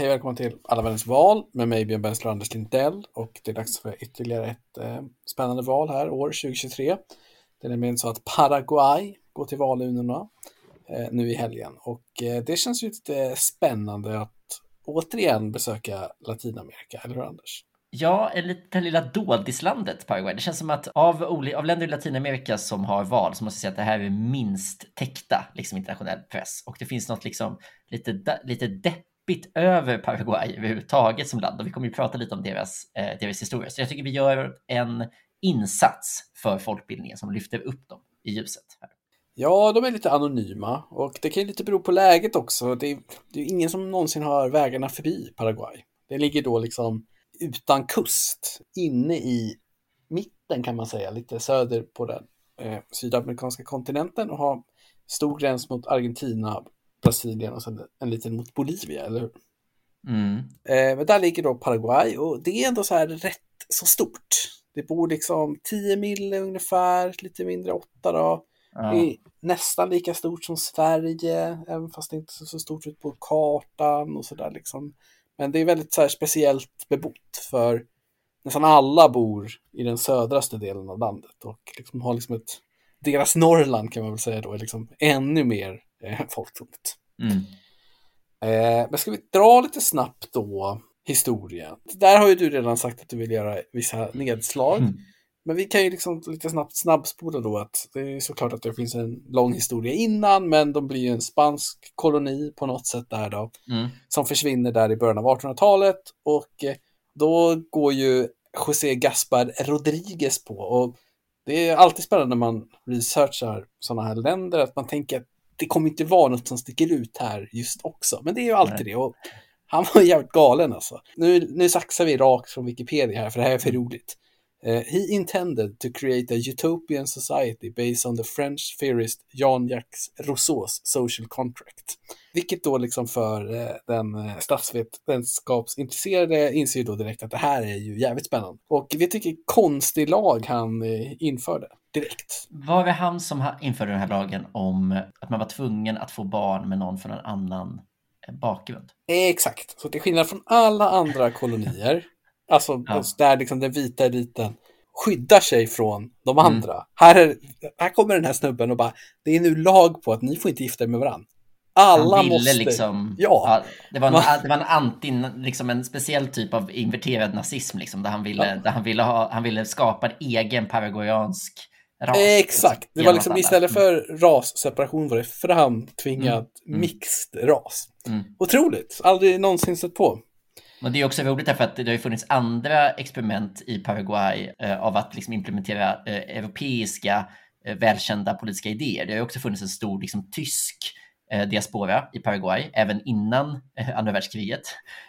Hej och välkommen till Alla världens val med mig Björn Bensler och Anders Lindell. Och det är dags för ytterligare ett spännande val här år 2023. Det är nämligen så att Paraguay går till valurnorna nu i helgen. Och det känns ju lite spännande att återigen besöka Latinamerika, eller hur Anders? Ja, det lilla dådislandet Paraguay. Det känns som att av länder i Latinamerika som har val så måste jag säga att det här är minst täckta liksom, internationell press. Och det finns något liksom, lite deppigt över Paraguay överhuvudtaget som land. Och vi kommer ju prata lite om deras historia. Så jag tycker vi gör en insats för folkbildningen som lyfter upp dem i ljuset. Här. Ja, de är lite anonyma och det kan ju lite bero på läget också. Det är ingen som någonsin har vägarna förbi Paraguay. Det ligger då liksom utan kust, inne i mitten kan man säga, lite söder på den sydamerikanska kontinenten och har stor gräns mot Argentina, Brasilien och sen en liten mot Bolivia, eller hur? Men där ligger då Paraguay och det är ändå så här rätt så stort. Det bor liksom 10 mil ungefär, lite mindre 8 då. Ja. Det är nästan lika stort som Sverige, även fast det inte är så stort ut på kartan och sådär liksom. Men det är väldigt så här speciellt bebott för nästan alla bor i den södraste delen av landet och liksom har liksom deras Norrland kan man väl säga då är liksom ännu mer folktomt. Men ska vi dra lite snabbt då historien? Där har ju du redan sagt att du vill göra vissa nedslag. Men vi kan ju liksom lite snabbspola då att det är såklart att det finns en lång historia innan, men de blir ju en spansk koloni på något sätt där då, som försvinner där i början av 1800-talet och då går ju José Gaspar Rodriguez på och det är alltid spännande när man researchar sådana här länder att man tänker att det kommer inte vara något som sticker ut här just också, men det är ju alltid det och han var jävligt galen alltså. Nu saxar vi rakt från Wikipedia här för det här är för roligt. He intended to create a utopian society based on the French theorist Jean-Jacques Rousseaus social contract. Vilket då liksom för den statsvetenskapsintresserade inser ju då direkt att det här är ju jävligt spännande. Och vi tycker konstig lag han införde direkt. Var det han som införde den här lagen om att man var tvungen att få barn med någon från en annan bakgrund? Exakt, så till skillnad från alla andra kolonier alltså där liksom den vita eliten skyddar sig från de andra. Här kommer den här snubben och bara, det är nu lag på att ni får inte gifta er med varandra. Alla han ville måste liksom, det var en liksom en speciell typ av inverterad nazism liksom, där han ville skapa en egen paraguayansk ras. Exakt, liksom, det var liksom istället för rasseparation var det framtvingad mixed ras. Otroligt, aldrig någonsin sett på. Men det är också roligt därför att det har ju funnits andra experiment i Paraguay av att liksom implementera europeiska välkända politiska idéer. Det har ju också funnits en stor liksom, tysk diaspora i Paraguay även innan andra världskriget.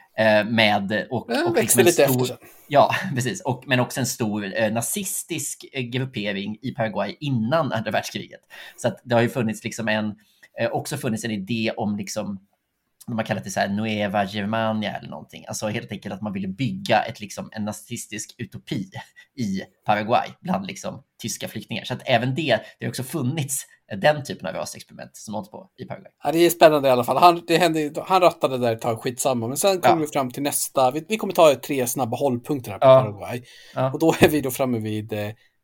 Och växte lite efter sen. Ja, precis. Men också en stor nazistisk gruppering i Paraguay innan andra världskriget. Så att det har ju funnits liksom också funnits en idé om liksom man kallar det så här Nueva Germania eller någonting. Alltså helt enkelt att man ville bygga en nazistisk utopi i Paraguay bland liksom tyska flyktingar. Så att även det har också funnits den typen av rasexperiment som hålls på i Paraguay. Ja, det är spännande i alla fall. Han rattade där ett tag skitsamma. Men sen kommer vi fram till nästa. Vi kommer ta 3 snabba hållpunkter här på Paraguay. Och då är vi då framme vid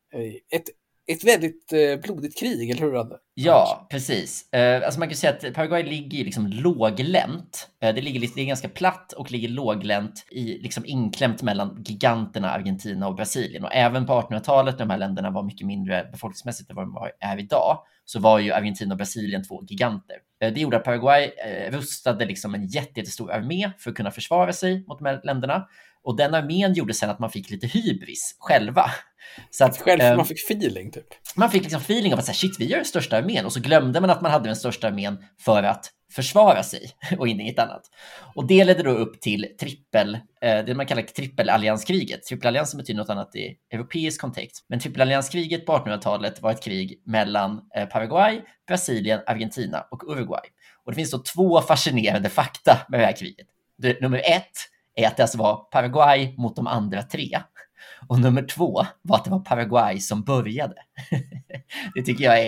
ett väldigt blodigt krig, eller hur Rande? Ja, precis. Alltså man kan säga att Paraguay ligger liksom låglänt. Det är ganska platt och ligger låglänt liksom inklämt mellan giganterna Argentina och Brasilien. Och även på 1800-talet när de här länderna var mycket mindre befolkningsmässigt än vad de är idag så var ju Argentina och Brasilien 2 giganter. Det gjorde att Paraguay rustade liksom en jättestor armé för att kunna försvara sig mot de här länderna. Och den armén gjorde sen att man fick lite hybris själva. Så att, man fick feeling typ. Man fick liksom feeling av att shit, vi gör den största armén. Och så glömde man att man hade den största armén för att försvara sig och inget annat. Och det ledde då upp till det man kallar trippelallianskriget. Trippelalliansen betyder något annat i europeisk kontext. Men trippelallianskriget på 1800-talet var ett krig mellan Paraguay, Brasilien, Argentina och Uruguay. Och det finns då 2 fascinerande fakta med det här kriget. Nummer 1 är att det alltså var Paraguay mot de andra 3. Och nummer 2 var att det var Paraguay som började. Det tycker jag är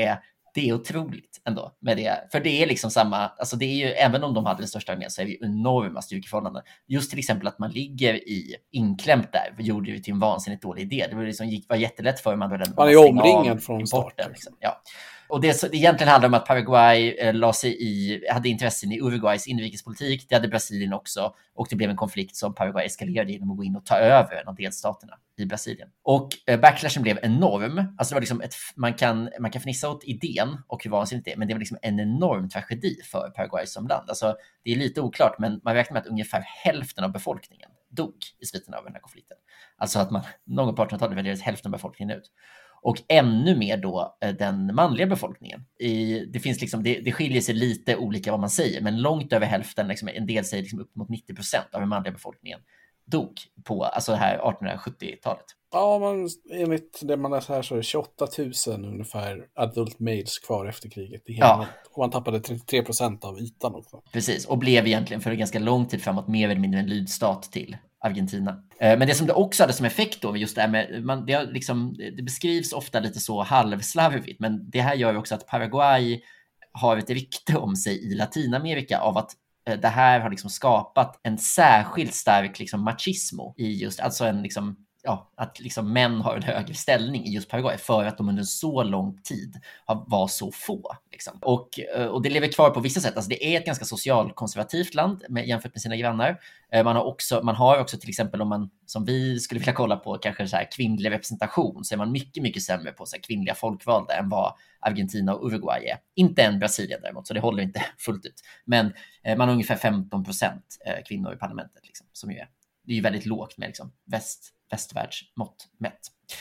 Det är otroligt ändå med det. För det är liksom samma, alltså det är ju, även om de hade den största armén så är det ju enorma styrkeförhållanden. Just till exempel att man ligger inklämt där gjorde det till en vansinnigt dålig idé. Det var liksom, var jättelätt för man är ju omringad från start. Liksom. Ja. Och det egentligen handlar om att Paraguay hade intressen i Uruguays inrikespolitik, det hade Brasilien också, och det blev en konflikt som Paraguay eskalerade genom att gå in och ta över en av delstaterna i Brasilien. Och backlashen blev enorm. Alltså det var liksom man kan fnissa åt idén och hur vansinnigt det är, men det var liksom en enorm tragedi för Paraguay som land. Alltså det är lite oklart, men man räknar med att ungefär hälften av befolkningen dog i sviten av den här konflikten. Alltså att någon på 1800-talet värderades hälften av befolkningen ut. Och ännu mer då den manliga befolkningen. Det finns liksom, det skiljer sig lite olika vad man säger, men långt över hälften, liksom, en del säger liksom upp mot 90% av den manliga befolkningen dog på alltså det här 1870-talet. Ja, men enligt det man läser här så är det 28 000 ungefär adult males kvar efter kriget i hela landet. Och man tappade 33% av ytan också. Precis, och blev egentligen för en ganska lång tid framåt mer eller mindre en lydstat till Argentina. Men det som det också hade som effekt då, just det här med, det beskrivs ofta lite så halvslarvigt, men det här gör också att Paraguay har ett rykte om sig i Latinamerika av att det här har liksom skapat en särskilt stark liksom machismo i just, alltså en liksom, ja, att liksom män har en högre ställning i just Paraguay för att de under så lång tid var så få. Liksom. Och det lever kvar på vissa sätt. Alltså det är ett ganska socialkonservativt land jämfört med sina grannar. Man har också till exempel, om man som vi skulle vilja kolla på kanske så här kvinnlig representation, så är man mycket, mycket sämre på så här kvinnliga folkvalda än vad Argentina och Uruguay är. Inte än Brasilien däremot, så det håller inte fullt ut. Men man har ungefär 15% kvinnor i parlamentet, liksom, som ju det är ju väldigt lågt med liksom västvärldsmått mätt.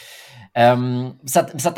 Så att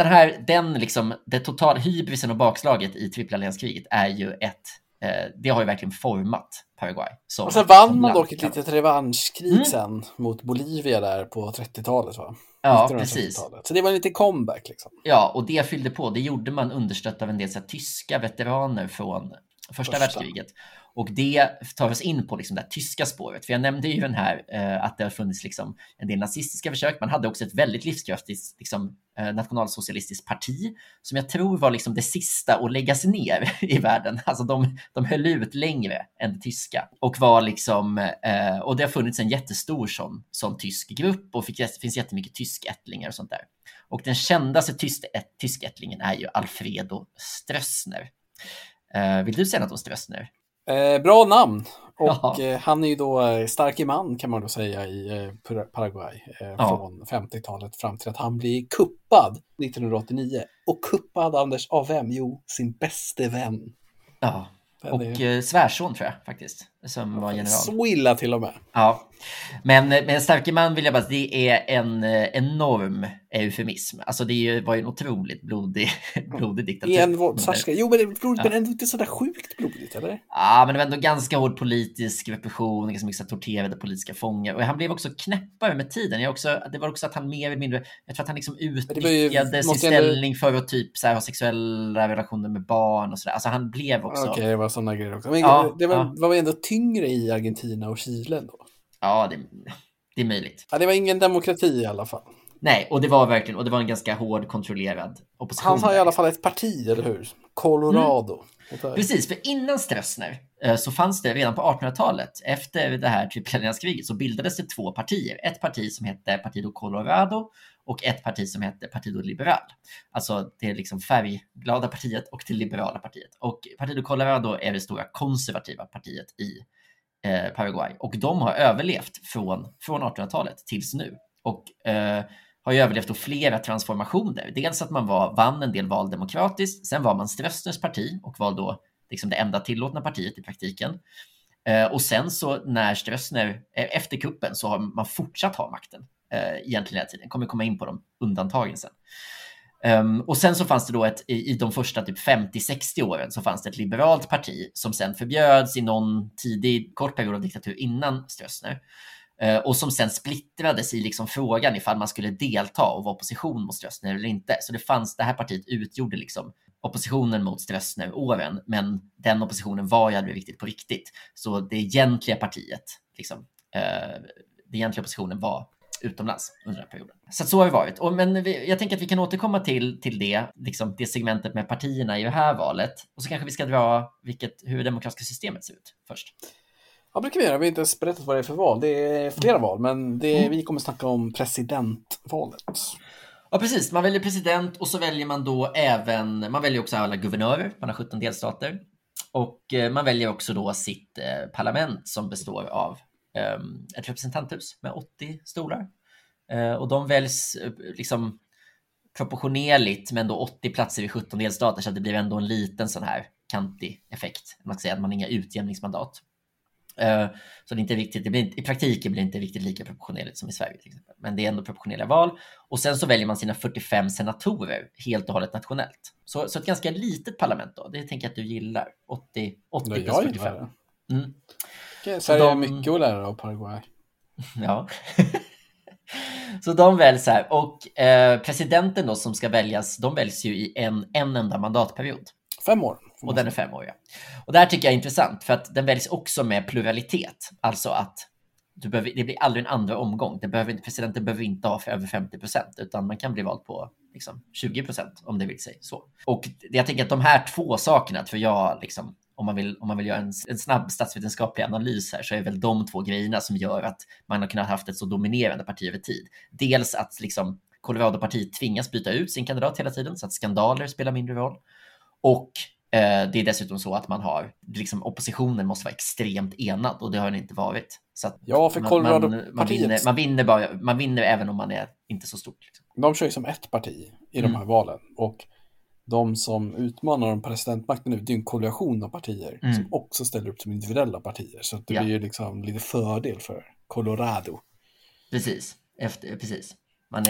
det totala hybrisen och bakslaget i tripplallianskriget är ju det har ju verkligen format Paraguay. Och sen vann man dock ett litet revanschkrig sen mot Bolivia där på 30-talet, va? Ja, precis. Så det var en liten comeback liksom. Ja, och det fyllde på. Det gjorde man understött av en del så här, tyska veteraner från första världskriget. Och det tar oss in på liksom det här tyska spåret. För jag nämnde ju den här att det har funnits liksom en del nazistiska försök. Man hade också ett väldigt livskraftigt liksom, nationalsocialistiskt parti som jag tror var liksom det sista att läggas ner i världen. Alltså de höll ut längre än det tyska. Och var liksom, och det har funnits en jättestor sån tysk grupp, och det finns jättemycket tyskättlingar och sånt där. Och den kändaste tyskättlingen är ju Alfredo Stroessner. Vill du säga något om Stroessner? Bra namn. Och han är ju då stark man, kan man då säga, i Paraguay från 50-talet fram till att han blir kuppad 1989. Och kuppad, Anders, av vem? Jo, sin bäste vän. Ja, och svärson tror jag faktiskt, som var general. Så illa till och med. Ja, men starke man vill jag bara, det är en enorm eufemism. Alltså det var ju en otroligt blodig diktatur. Jo, men det är blodigt, men ändå inte sådär sjukt blodigt, eller? Ja, men det var ändå ganska hård politisk repression, ganska mycket torterade politiska fångar. Och han blev också knäppare med tiden. Det var också att han mer eller mindre, jag tror att han liksom utnyttjade sin ställning för att typ så här, ha sexuella relationer med barn och sådär. Alltså han blev också... Okej, det var sådana grejer också. Men det var ändå tyngre i Argentina och Chile då. Ja, det är möjligt. Ja, det var ingen demokrati i alla fall. Nej, och det var en ganska hård kontrollerad opposition. Han har i alla fall ett parti, eller hur? Colorado. Precis, för innan Stroessner så fanns det redan på 1800-talet, efter det här tripplallianskriget, så bildades det två partier. Ett parti som hette Partido Colorado och ett parti som hette Partido Liberal. Alltså det liksom färgglada partiet och det liberala partiet. Och Partido Colorado är det stora konservativa partiet i Paraguay. Och de har överlevt från 1800-talet tills nu. Och har ju överlevt då flera transformationer. Dels att man vann en del val demokratiskt. Sen var man Stroessners parti och var då liksom det enda tillåtna partiet i praktiken. Och sen så när Stroessner, efter kuppen, så har man fortsatt ha makten egentligen hela tiden. Kommer komma in på de undantagen sen. Och sen så fanns det då i de första typ 50-60 åren så fanns det ett liberalt parti som sen förbjöds i någon tidig kort period av diktatur innan Stroessner. Och som sen splittrades i liksom frågan ifall man skulle delta och vara opposition mot Stroessner eller inte. Så det här partiet utgjorde liksom oppositionen mot Stroessner-åren, men den oppositionen var ju aldrig riktigt på riktigt. Så det egentliga partiet, liksom, den egentliga oppositionen var utomlands under den här perioden. Så har det varit. Men jag tänker att vi kan återkomma till det, liksom det segmentet med partierna i det här valet. Och så kanske vi ska dra hur det demokratiska systemet ser ut först. Ja, brukar vi göra. Vi har inte ens berättat vad det är för val. Det är flera val, men vi kommer snacka om presidentvalet. Ja, precis. Man väljer president och så väljer man då man väljer också alla guvernörer. Man har 17 delstater. Och man väljer också då sitt parlament som består av ett representanthus med 80 stolar. Och de väljs liksom proportionerligt, men då 80 platser vid 17 delstater, så att det blir ändå en liten sån här kantig effekt. Man ska säga att man har inga utjämningsmandat. Så det är inte riktigt, i praktiken blir det inte riktigt lika proportionerligt som i Sverige till exempel. Men det är ändå proportionella val. Och sen så väljer man sina 45 senatorer helt och hållet nationellt. Så ett ganska litet parlament då. Det tänker jag att du gillar. 80 plus 45. Så det är mycket att lära av Paraguay. Ja. Så de väljs här. Och presidenten då som ska väljas, de väljs ju i en enda mandatperiod. 5 år. Och den är 5 år, ja. Och det här tycker jag är intressant, för att den väljs också med pluralitet. Alltså att det blir aldrig en andra omgång. Presidenten behöver inte ha för över 50%, utan man kan bli vald på liksom 20% om det vill sig så. Och jag tänker att de här två sakerna, tror jag, liksom, om man vill göra en snabb statsvetenskaplig analys här, så är väl de två grejerna som gör att man har kunnat haft ett så dominerande parti över tid. Dels att liksom Colorado-partiet tvingas byta ut sin kandidat hela tiden, så att skandaler spelar mindre roll. Och det är dessutom så att man har, liksom, oppositionen måste vara extremt enad, och det har den inte varit. Så att för Colorado-partiet man vinner även om man är inte så stort. Liksom. De kör ju som ett parti i de här valen, och de som utmanar dem presidentmakten nu, det är en koalition av partier som också ställer upp som individuella partier. Så att det blir ju liksom lite fördel för Colorado. Precis. Men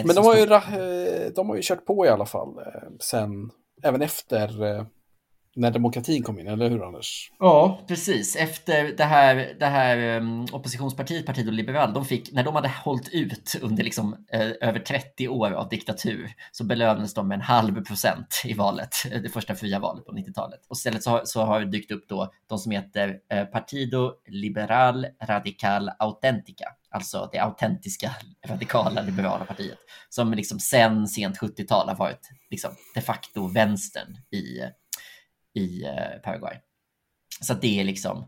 de har ju kört på i alla fall sen, även efter när demokratin kom in, eller hur, Anders? Ja, precis. Efter det här oppositionspartiet, Partido Liberal, när de hade hållit ut under liksom, över 30 år av diktatur, så belönades de med 0,5% i valet, det första fria valet på 90-talet. Och istället så har det dykt upp då de som heter Partido Liberal Radical Auténtica, alltså det autentiska radikala liberala partiet, som liksom sen sent 70-tal har varit liksom de facto vänstern i Paraguay. Så det är liksom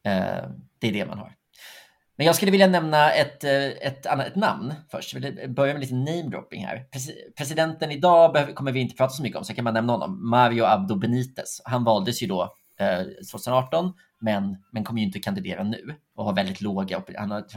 det är det man har. Men jag skulle vilja nämna ett namn först. Jag vill börja med lite name-dropping här. Presidenten idag kommer vi inte prata så mycket om, så kan man nämna honom. Mario Abdo Benitez. Han valdes ju då 2018, men kommer ju inte kandidera nu och har väldigt låga, han har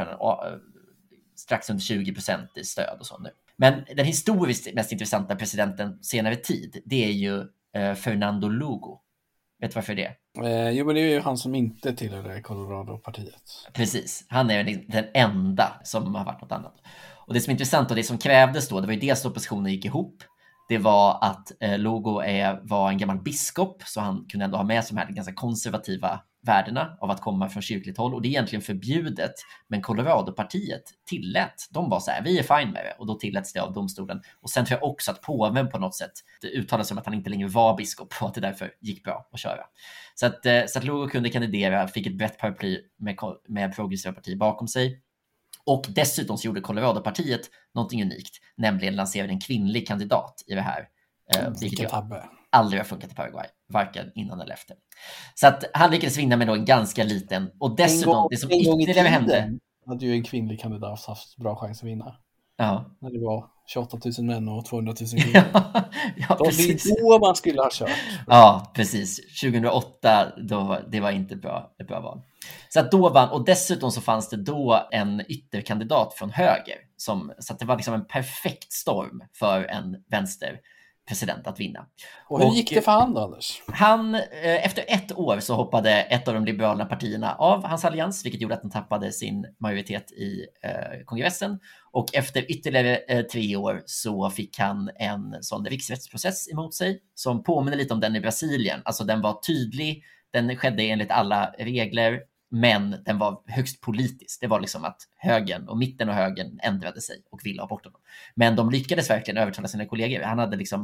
strax under 20% i stöd och så nu. Men den historiskt mest intressanta presidenten senare tid, det är ju Fernando Lugo. Vet du varför det? Jo, men det är ju han som inte tillhör Colorado-partiet. Precis, han är den enda som har varit något annat. Och det som är intressant och det som krävdes då, det var ju dels att oppositionen gick ihop. Det var att Lugo var en gammal biskop, så han kunde ändå ha med sig de här ganska konservativa värdena av att komma från kyrkligt håll. Och det är egentligen förbjudet, men Colorado-partiet tillät. De var så här, vi är fine med det. Och då tilläts det av domstolen. Och sen tror jag också att påven på något sätt uttalade sig om att han inte längre var biskop och att det därför gick bra att köra. Så att Lugo kunde kandidera, fick ett brett paraply med progressiva partier bakom sig. Och dessutom så gjorde Colorado-partiet någonting unikt, nämligen lanserade en kvinnlig kandidat i det här. Vilket aldrig har funkat i Paraguay, varken innan eller efter. Så att han lyckades vinna med då en ganska liten, och dessutom det som ytterligare hände, hade ju en kvinnlig kandidat haft bra chans att vinna. Ja. När det var 28 000 män och 200 000 kvinnor. Ja, precis. Det var då man skulle ha kört. Ja, precis. 2008, det var inte ett bra val. Så att då vann, och dessutom så fanns det då en ytterkandidat från höger. Så att det var liksom en perfekt storm för en vänsterpresident att vinna. Och hur gick det för han då, Anders? Han, efter 1 år så hoppade ett av de liberala partierna av hans allians, vilket gjorde att han tappade sin majoritet i kongressen. Och efter ytterligare 3 år så fick han en sån riksrättsprocess emot sig som påminner lite om den i Brasilien. Alltså den var tydlig, den skedde enligt alla regler, men den var högst politisk. Det var liksom att högern och mitten och högern ändrade sig och ville ha bort honom. Men de lyckades verkligen övertala sina kollegor. Han hade liksom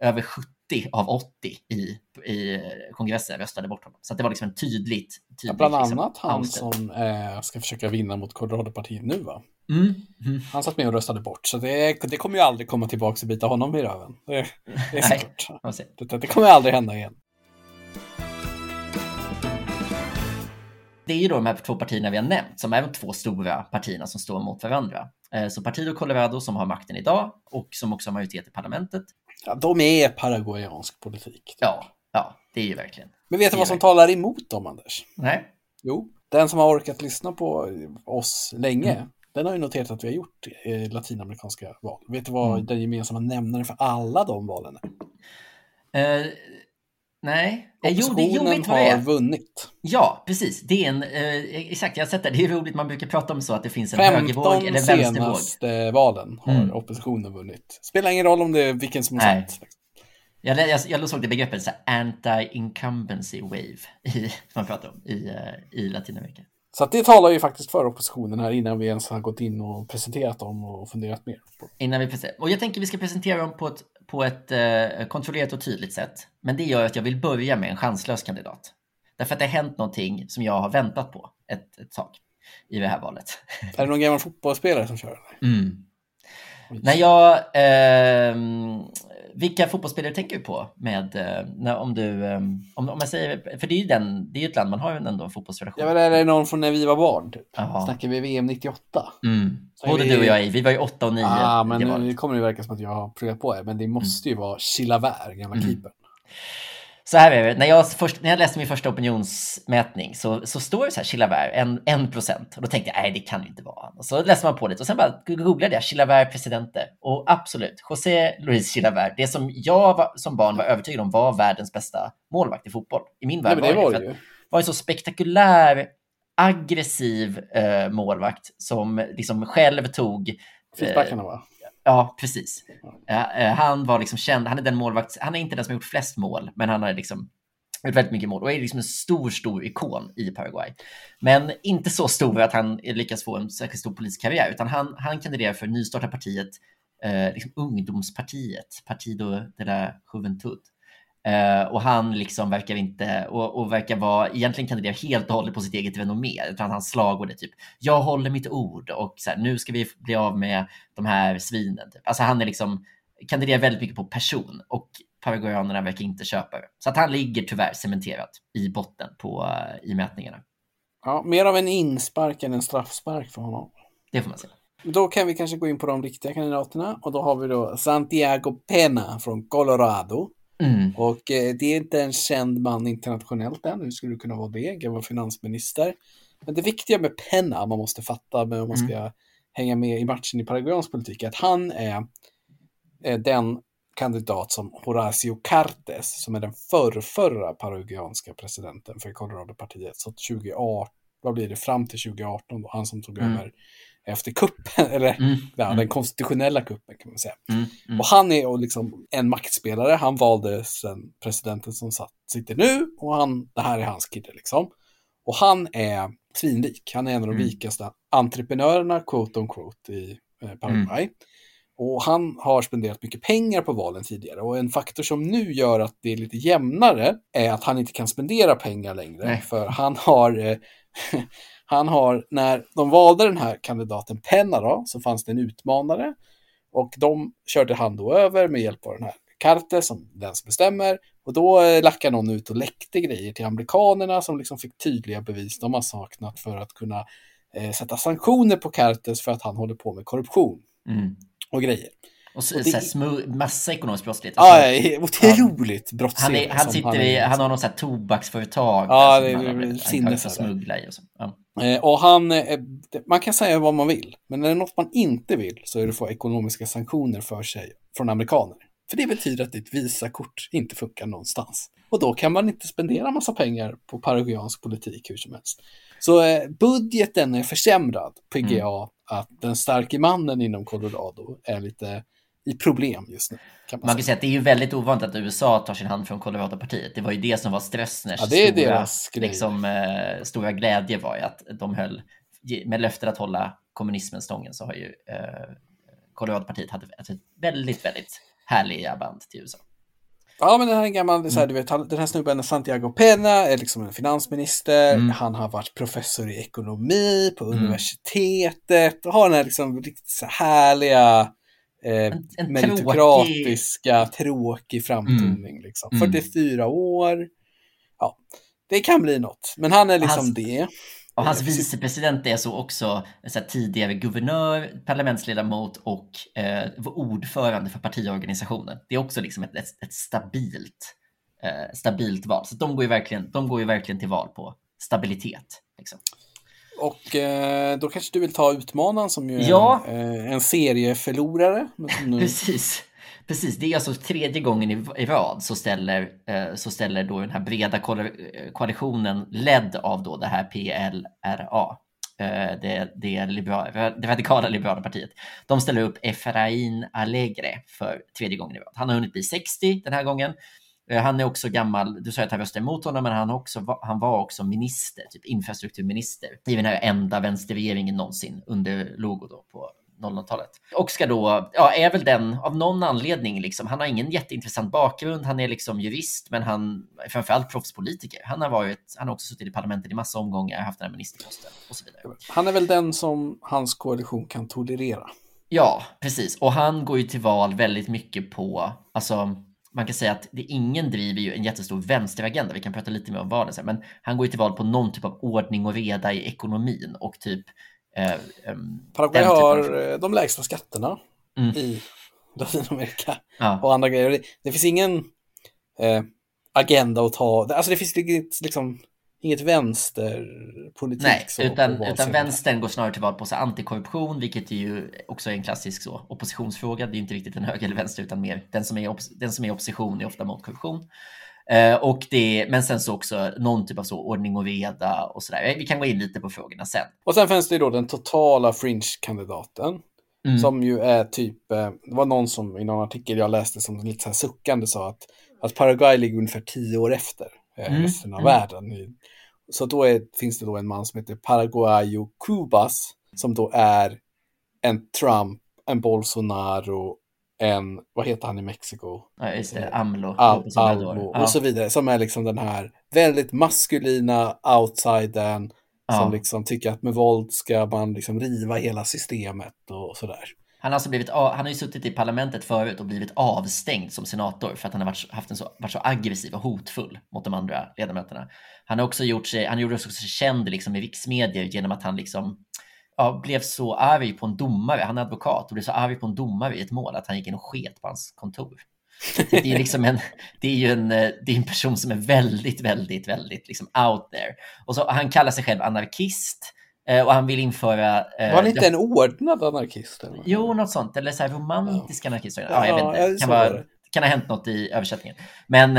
över 70 av 80 i kongressen röstade bort honom. Så att det var liksom en tydligt bland liksom, annat han ousted. som ska försöka vinna mot Colorado-partiet nu, va? Mm. Han satt med och röstade bort, så det kommer ju aldrig komma tillbaka och bita honom i röven. Det är såklart. Det kommer aldrig hända igen. Det är ju då de här 2 partierna vi har nämnt som är de 2 stora partierna som står mot varandra. Så Partido Colorado som har makten idag och som också har majoritet i parlamentet. Ja, de är paraguayansk politik. Ja, det är ju verkligen. Men vet du vad som talar emot dem, Anders? Nej. Jo, den som har orkat lyssna på oss länge, den har ju noterat att vi har gjort latinamerikanska val. Vet du vad den gemensamma nämnaren för alla de valen är? Nej. Oppositionen har vunnit. Ja, precis. Det är en, exakt, jag har sett det. Det är roligt, man brukar prata om så att det finns en högervåg eller vänstervåg. 15 senaste valen har oppositionen vunnit. Spelar ingen roll om det är vilken som är sant. Jag såg det begreppet så anti-incumbency wave som man pratar om i Latinamerika. Så att det talar ju faktiskt för oppositionen här innan vi ens har gått in och presenterat dem och funderat mer på. Innan vi presenterar. Och jag tänker vi ska presentera dem på ett kontrollerat och tydligt sätt. Men det gör att jag vill börja med en chanslös kandidat. Därför att det har hänt någonting som jag har väntat på ett tag i det här valet. Är det någon gammal fotbollsspelare som kör? När jag... vilka fotbollsspelare tänker du på om man säger, för det är ju ett land man har ändå en fotbollsrelation. Ja, men är det någon från när vi var barn typ? Snackar vi VM 98? Både du och jag vi var ju 8 och 9. Men nu kommer det verka som att jag har pluggat på det, men det måste ju vara Chilavert, gamla keepern. Så här är det, när jag läste min första opinionsmätning så står det så här Chilavert 1%, och då tänkte jag, nej det kan ju inte vara han. Och så läste man på lite och sen bara googlade jag Chilavert presidente, och absolut, José Luis Chilavert, det som jag som barn var övertygad om var världens bästa målvakt i fotboll. I min värld var en så spektakulär, aggressiv målvakt som liksom själv tog frisparkarna, va? Ja, precis. Han var liksom känd, han är den målvakt, han är inte den som har gjort flest mål, men han har liksom gjort väldigt mycket mål och är liksom en stor ikon i Paraguay. Men inte så stor att han lyckas få en särskilt stor politisk karriär, utan han kandiderar för nystarta partiet, liksom ungdomspartiet, Partido de la Juventud. Och han liksom verkar inte och verkar vara egentligen kandidera helt och hållet på sitt eget renommé, utan hans slagord är typ jag håller mitt ord och så här, nu ska vi bli av med de här svinen typ. Alltså han är liksom kandiderar väldigt mycket på person, och paraguayanerna verkar inte köpa det. Så att han ligger tyvärr cementerat i botten i mätningarna. Ja, mer av en inspark än en straffspark för honom. Det får man säga. Då kan vi kanske gå in på de riktiga kandidaterna, och då har vi då Santiago Pena från Colorado. Och det är inte en känd man internationellt än. Nu skulle det kunna vara det, gammal finansminister. Men det viktiga med Pena, man måste fatta med om man ska hänga med i matchen i paraguayansk politik, är att han är den kandidat som Horacio Cartes, som är den förra paraguayanska presidenten för Colorado-partiet, så 2018, vad blir det, fram till 2018 då, han som tog över efter kuppen, eller den konstitutionella kuppen kan man säga. Och han är liksom en maktspelare. Han valde sen presidenten som sitter nu, och det här är hans kille liksom. Och han är svinrik. Han är en av de rikaste entreprenörerna, quote on quote, i Paraguay. Och han har spenderat mycket pengar på valen tidigare. Och en faktor som nu gör att det är lite jämnare är att han inte kan spendera pengar längre. Nej. För han har, när de valde den här kandidaten Pena då, så fanns det en utmanare. Och de körde han då över med hjälp av den här Cartes som den som bestämmer. Och då lackade någon ut och läckte grejer till amerikanerna som liksom fick tydliga bevis de har saknat för att kunna sätta sanktioner på Cartes för att han håller på med korruption och grejer. Och massa ekonomisk brottslighet. Ja, otroligt brottslighet. Han har något så här tobaksföretag. Ja, det är sinnesfullt. Och man kan säga vad man vill, men när det är något man inte vill så är det att få ekonomiska sanktioner för sig från amerikaner. För det betyder att ditt Visa-kort inte funkar någonstans. Och då kan man inte spendera massa pengar på paraguayansk politik hur som helst. Så budgeten är försämrad, PGA, att den starke mannen inom Colorado är lite i problem just nu. Man kan säga att det är ju väldigt ovanligt att USA tar sin hand från Colorado-partiet. Det var ju det som var Stroessners stora glädje, var ju att de höll med löftet att hålla kommunismen stången, så har ju Colorado-partiet hade ett väldigt, väldigt härliga band till USA. Ja, men den här gammal, så här, du vet, den här snubben Santiago Pena är liksom en finansminister. Han har varit professor i ekonomi på universitetet och har den här liksom riktigt så härliga En meritokratiska, tråkig framtoning. Liksom. 44 år. Ja, det kan bli något. Men han är liksom det. Och hans vicepresident är så också så här, tidigare guvernör, parlamentsledamot och ordförande för partiorganisationen. Det är också liksom ett stabilt val. Så de går ju verkligen till val på stabilitet. Liksom. Och då kanske du vill ta utmanaren som ju är en serieförlorare. Nu... Precis, det är alltså tredje gången i rad så ställer då den här breda koalitionen ledd av då det här PLRA, det radikala liberala partiet. De ställer upp Efraín Alegre för tredje gången i rad. Han har hunnit bli 60 den här gången. Han är också gammal, du sa att han röstade emot honom, men han var också minister, typ infrastrukturminister i den här enda vänsterregeringen någonsin under Lugo då på 00-talet. Och ska då, är väl den av någon anledning liksom, han har ingen jätteintressant bakgrund, han är liksom jurist, men han är framförallt proffspolitiker. Han har också suttit i parlamentet i massa omgångar, haft den här ministerposten och så vidare. Han är väl den som hans koalition kan tolerera. Ja, precis. Och han går ju till val väldigt mycket på, alltså man kan säga att ingen driver ju en jättestor vänsteragenda. Vi kan prata lite mer om vad det är, men han går ju till val på någon typ av ordning och reda i ekonomin och typ Paraguay har de lägsta skatterna i Latinamerika och andra grejer. Det finns ingen agenda att ta. Alltså det finns liksom inget vänsterpolitik. Nej, utan vänstern går snarare till val på så antikorruption, vilket är ju också en klassisk så oppositionsfråga. Det är inte riktigt en höger eller vänster, utan mer den som är opposition är ofta mot korruption. Men sen så också någon typ av så ordning och reda och sådär. Vi kan gå in lite på frågorna sen. Och sen finns det då den totala fringe-kandidaten som ju är typ, det var någon som i någon artikel jag läste som lite så här suckande sa att Paraguay ligger ungefär 10 år efter resten av världen. Så då finns det då en man som heter Paraguayo Cubas som då är en Trump, en Bolsonaro, vad heter han i Mexiko? Ja, just det, AMLO och så vidare, som är liksom den här väldigt maskulina outsidern som liksom tycker att med våld ska man liksom riva hela systemet och sådär. Han har ju suttit i parlamentet förut och blivit avstängd som senator för att han har varit så aggressiv och hotfull mot de andra ledamöterna. Han gjorde också sig känd liksom i riksmedier genom att han liksom blev så arg på en domare. Han är advokat och blev så arg på en domare i ett mål att han gick in och sket på hans kontor. Det är liksom det är en person som är väldigt, väldigt, väldigt liksom out there. Och så han kallar sig själv anarkist. Och han vill införa... Var han inte en ordnad anarkist? Eller? Jo, något sånt. Eller så här romantisk anarkist. Jag vet inte. Kan ha hänt något i översättningen. Men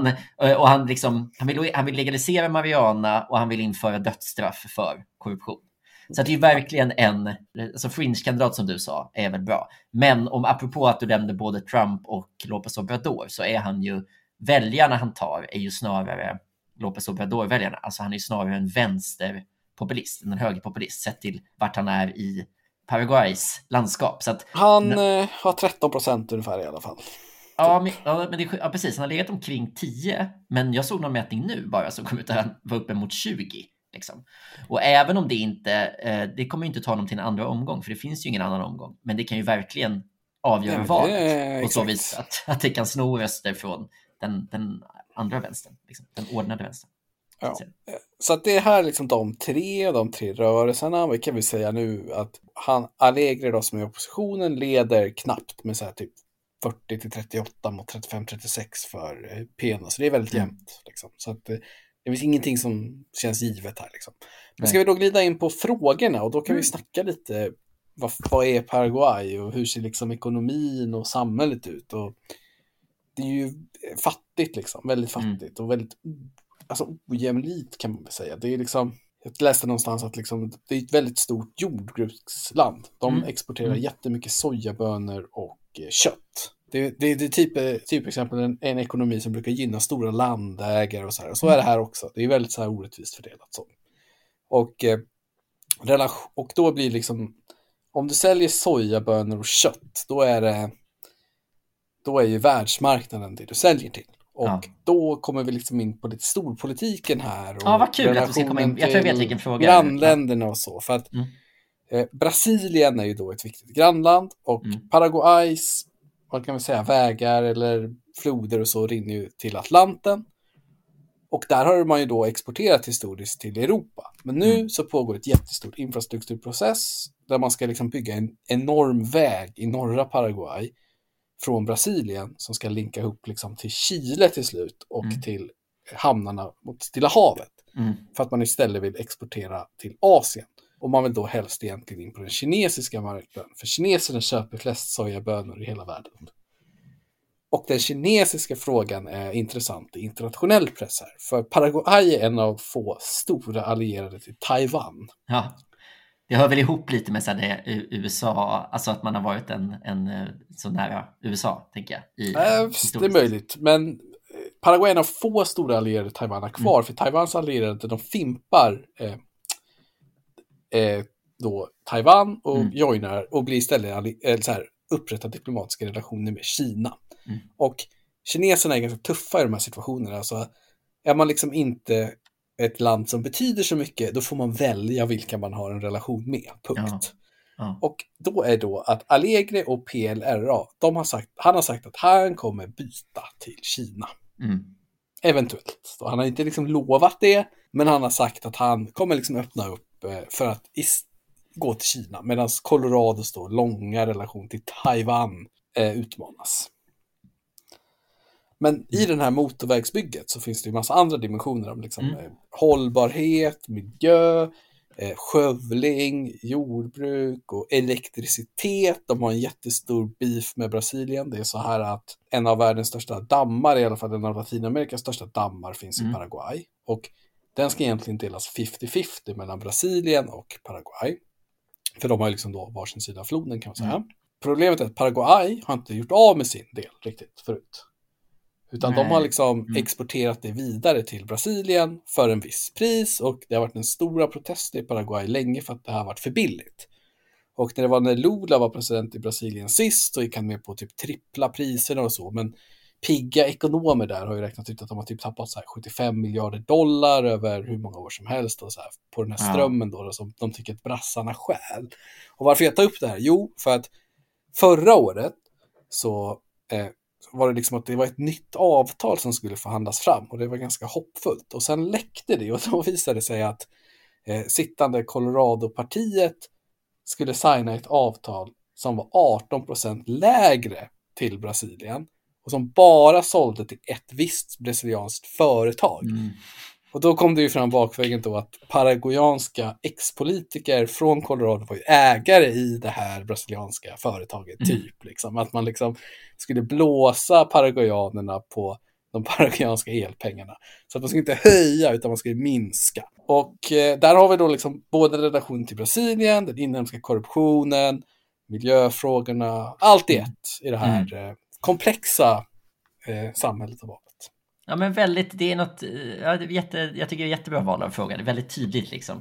han vill legalisera marijuana och han vill införa dödsstraff för korruption. Så det är ju verkligen alltså fringe-kandidat som du sa är väl bra. Men apropå att du nämnde både Trump och López Obrador, så är han ju, väljarna han tar är ju snarare López Obrador-väljarna. Alltså han är ju snarare en vänsterpopulist, en högerpopulist sett till vart han är i Paraguays landskap. Så att, han har 13% ungefär i alla fall. Men precis, han har legat omkring 10, men jag såg någon mätning nu bara som kom ut där han var uppe mot 20. Liksom. Och även om det kommer inte ta honom till en andra omgång, för det finns ju ingen annan omgång, men det kan ju verkligen avgöra valet på så vis att det kan sno röster från den andra vänstern, liksom, den ordnade vänstern. Ja. Så att det är här liksom de tre rörelserna. Vi kan väl säga nu att Alegre då, som är i oppositionen, leder knappt med så här typ 40-38 mot 35-36 för Pena, så det är väldigt jämnt liksom. Så att det finns ingenting som känns givet här liksom. Men ska vi då glida in på frågorna, och då kan vi snacka lite vad är Paraguay och hur ser liksom ekonomin och samhället ut, och det är ju fattigt liksom, väldigt fattigt och väldigt ojämlikt kan man väl säga. Det är liksom, jag läste någonstans att liksom, det är ett väldigt stort jordbruksland. De exporterar jättemycket sojabönor och kött. Det är typ exempel en ekonomi som brukar gynna stora landägare och så här. Så är det här också. Det är väldigt så här orättvist fördelat så. Och då blir liksom, om du säljer sojabönor och kött, då då är ju världsmarknaden det du säljer till. Och Ja. då kommer vi liksom in på lite storpolitiken här. Och Ja, vad kul att vi ska komma in. Jag tror jag vet vilken fråga. Grannländerna och så. För att Brasilien är ju då ett viktigt grannland. Och Paraguays, vad kan vi säga, vägar eller floder och så rinner ju till Atlanten. Och där har man ju då exporterat historiskt till Europa. Men nu så pågår ett jättestort infrastrukturprocess där man ska liksom bygga en enorm väg i norra Paraguay från Brasilien som ska linka ihop liksom till Chile till slut och till hamnarna mot Stilla havet. För att man istället vill exportera till Asien. Och man vill då helst egentligen in på den kinesiska marknaden. För kineserna köper flest sojabönor i hela världen. Och den kinesiska frågan är intressant i internationell press här. För Paraguay är en av få stora allierade till Taiwan. Ja, det hör väl ihop lite med så här, det, USA, alltså att man har varit en så nära USA, tänker jag. Det är möjligt, men Paraguay är en av få stora allierade Taiwan har kvar. För Taiwans allierade, de fimpar då Taiwan och joinar och blir istället så här, upprätta diplomatiska relationer med Kina. Och kineserna är ganska tuffa i de här situationerna. Alltså, är man liksom inte ett land som betyder så mycket, då får man välja vilka man har en relation med. Punkt. Ja. Och då är då att Allegre och PLRA, han har sagt att han kommer byta till Kina. Eventuellt. Så han har inte liksom lovat det, men han har sagt att han kommer liksom öppna upp för att gå till Kina. Medan Colorados då långa relation till Taiwan utmanas. Men i den här motorvägsbygget så finns det ju massa andra dimensioner om liksom, hållbarhet, miljö, skövling, jordbruk och elektricitet. De har en jättestor beef med Brasilien. Det är så här att en av världens största dammar, i alla fall en av Latinamerikas största dammar, finns i Paraguay. Och den ska egentligen delas 50-50 mellan Brasilien och Paraguay. För de har liksom då varsin sida av floden, kan man säga. Problemet är att Paraguay har inte gjort av med sin del riktigt förut. Utan de har liksom exporterat det vidare till Brasilien för en viss pris. Och det har varit en stora protester i Paraguay länge för att det har varit för billigt. Och när Lula var president i Brasilien sist så gick han med på typ trippla priserna och så. Men pigga ekonomer där har ju räknat ut att de har typ tappat så här 75 miljarder dollar över hur många år som helst och så här, på den här strömmen då som de tycker att brassarna stjäl. Och varför jag tar upp det här? Jo, för att förra året så var det liksom att det var ett nytt avtal som skulle förhandlas fram och det var ganska hoppfullt. Och sen läckte det och då visade det sig att sittande Colorado-partiet skulle signa ett avtal som var 18% lägre till Brasilien och som bara sålde till ett visst brasilianskt företag. Och då kom det ju fram bakvägen då att paraguayanska ex-politiker från Colorado var ju ägare i det här brasilianska företaget typ. Liksom. Att man liksom skulle blåsa paraguayanerna på de paraguayanska elpengarna. Så att man skulle inte höja utan man skulle minska. Och där har vi då liksom både relation till Brasilien, den inhemska korruptionen, miljöfrågorna, allt i ett i det här komplexa samhället och valet. Ja, men väldigt, det är något, jag tycker det är jättebra val av fråga. Det är väldigt tydligt liksom,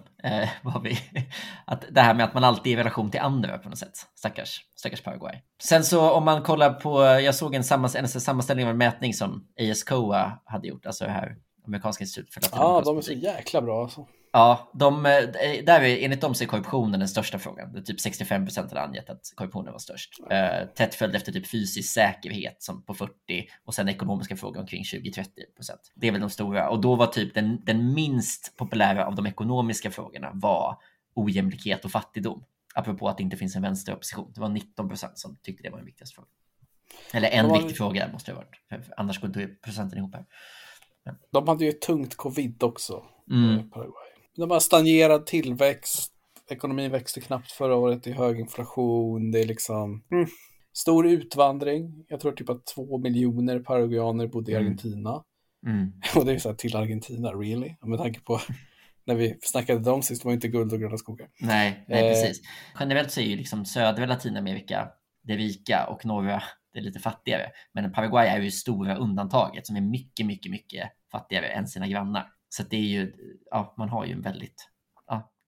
att det här med att man alltid är i relation till andra på något sätt. Stackars Paraguay. Sen så om man kollar på, jag såg en sammanställning av en mätning som ASCOA hade gjort, alltså det här amerikanska institut för Latinamerika. Ja, de är så jäkla bra alltså. Ja, där är enligt dem så är korruptionen den största frågan. Det är typ 65% hade angett att korruptionen var störst. Tätt följd efter typ fysisk säkerhet som på 40% och sen ekonomiska frågor omkring 20-30%. Det är väl de stora. Och då var typ den minst populära av de ekonomiska frågorna var ojämlikhet och fattigdom. Apropå att det inte finns en vänsteropposition. Det var 19% som tyckte det var den viktigaste frågan. Eller en viktig fråga måste det ha varit. För annars går inte procenten ihop här. De hade ju ett tungt covid också i Paraguay. De har stagnerad tillväxt. Ekonomin växte knappt förra året. Det är hög inflation. Det är liksom stor utvandring. Jag tror typ att 2 miljoner paraguaner bodde i Argentina. Och det är så här till Argentina, really? Med tanke på när vi snackade dem sist var inte guld och gröna skogar. Nej, precis. Generellt så är ju liksom södra Latinamerika det rika och norra det är lite fattigare. Men Paraguay är ju stora undantaget som är mycket, mycket, mycket fattigare än sina grannar. Så det är ju, man har ju en väldigt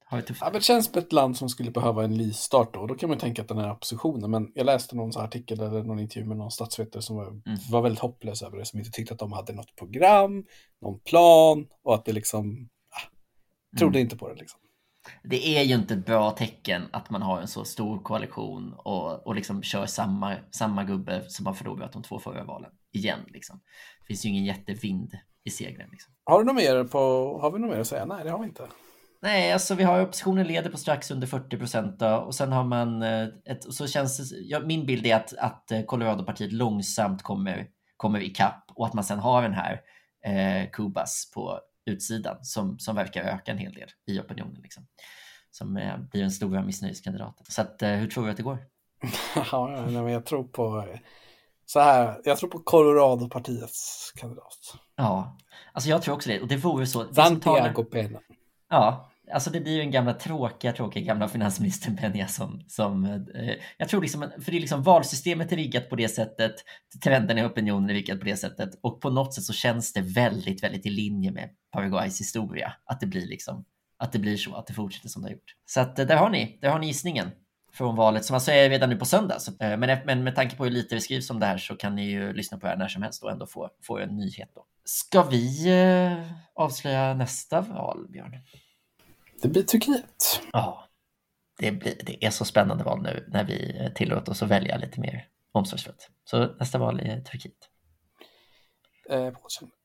har det tufft. Ja, men det känns som ett land som skulle behöva en nystart då. Då kan man tänka att den här oppositionen, men jag läste någon så här artikel eller någon intervju med någon statsvetare som var väldigt hopplös över det, som inte tyckte att de hade något program, någon plan och att det liksom, trodde inte på det liksom. Det är ju inte ett bra tecken att man har en så stor koalition och liksom kör samma gubbe som har förlorat de 2 förra valen igen liksom. Det finns ju ingen jättevind i seglen liksom. Har vi något mer att säga? Nej, det har vi inte. Nej, alltså vi har oppositionen leder på strax under 40% och sen har man så känns det, min bild är att Colorado-partiet långsamt kommer ikapp och att man sen har den här Kubas på utsidan som verkar öka en hel del i opinionen liksom. Som blir den stora missnöjeskandidaten. Så att, hur tror du att det går? Ja, men jag tror på jag tror på Colorado-partiets kandidat. Ja, alltså jag tror också det. Och det vore så. Santiago Pena. Ja, alltså det blir ju en gamla tråkiga gamla finansministern Peña som jag tror liksom, för det är liksom valsystemet är riggat på det sättet, trenden i opinionen är riggat på det sättet och på något sätt så känns det väldigt, väldigt i linje med Paraguays historia att det blir liksom, att det blir så, att det fortsätter som det har gjort. Så att där har ni gissningen från valet som alltså är redan nu på söndag. Så, men med tanke på hur lite det skrivs om det här så kan ni ju lyssna på det här när som helst och ändå få en nyhet då. Ska vi avslöja nästa val, Björn? Det blir Turkiet. Ja, det är så spännande val nu när vi tillåter oss att välja lite mer omsorgsfullt. Så nästa val är Turkiet.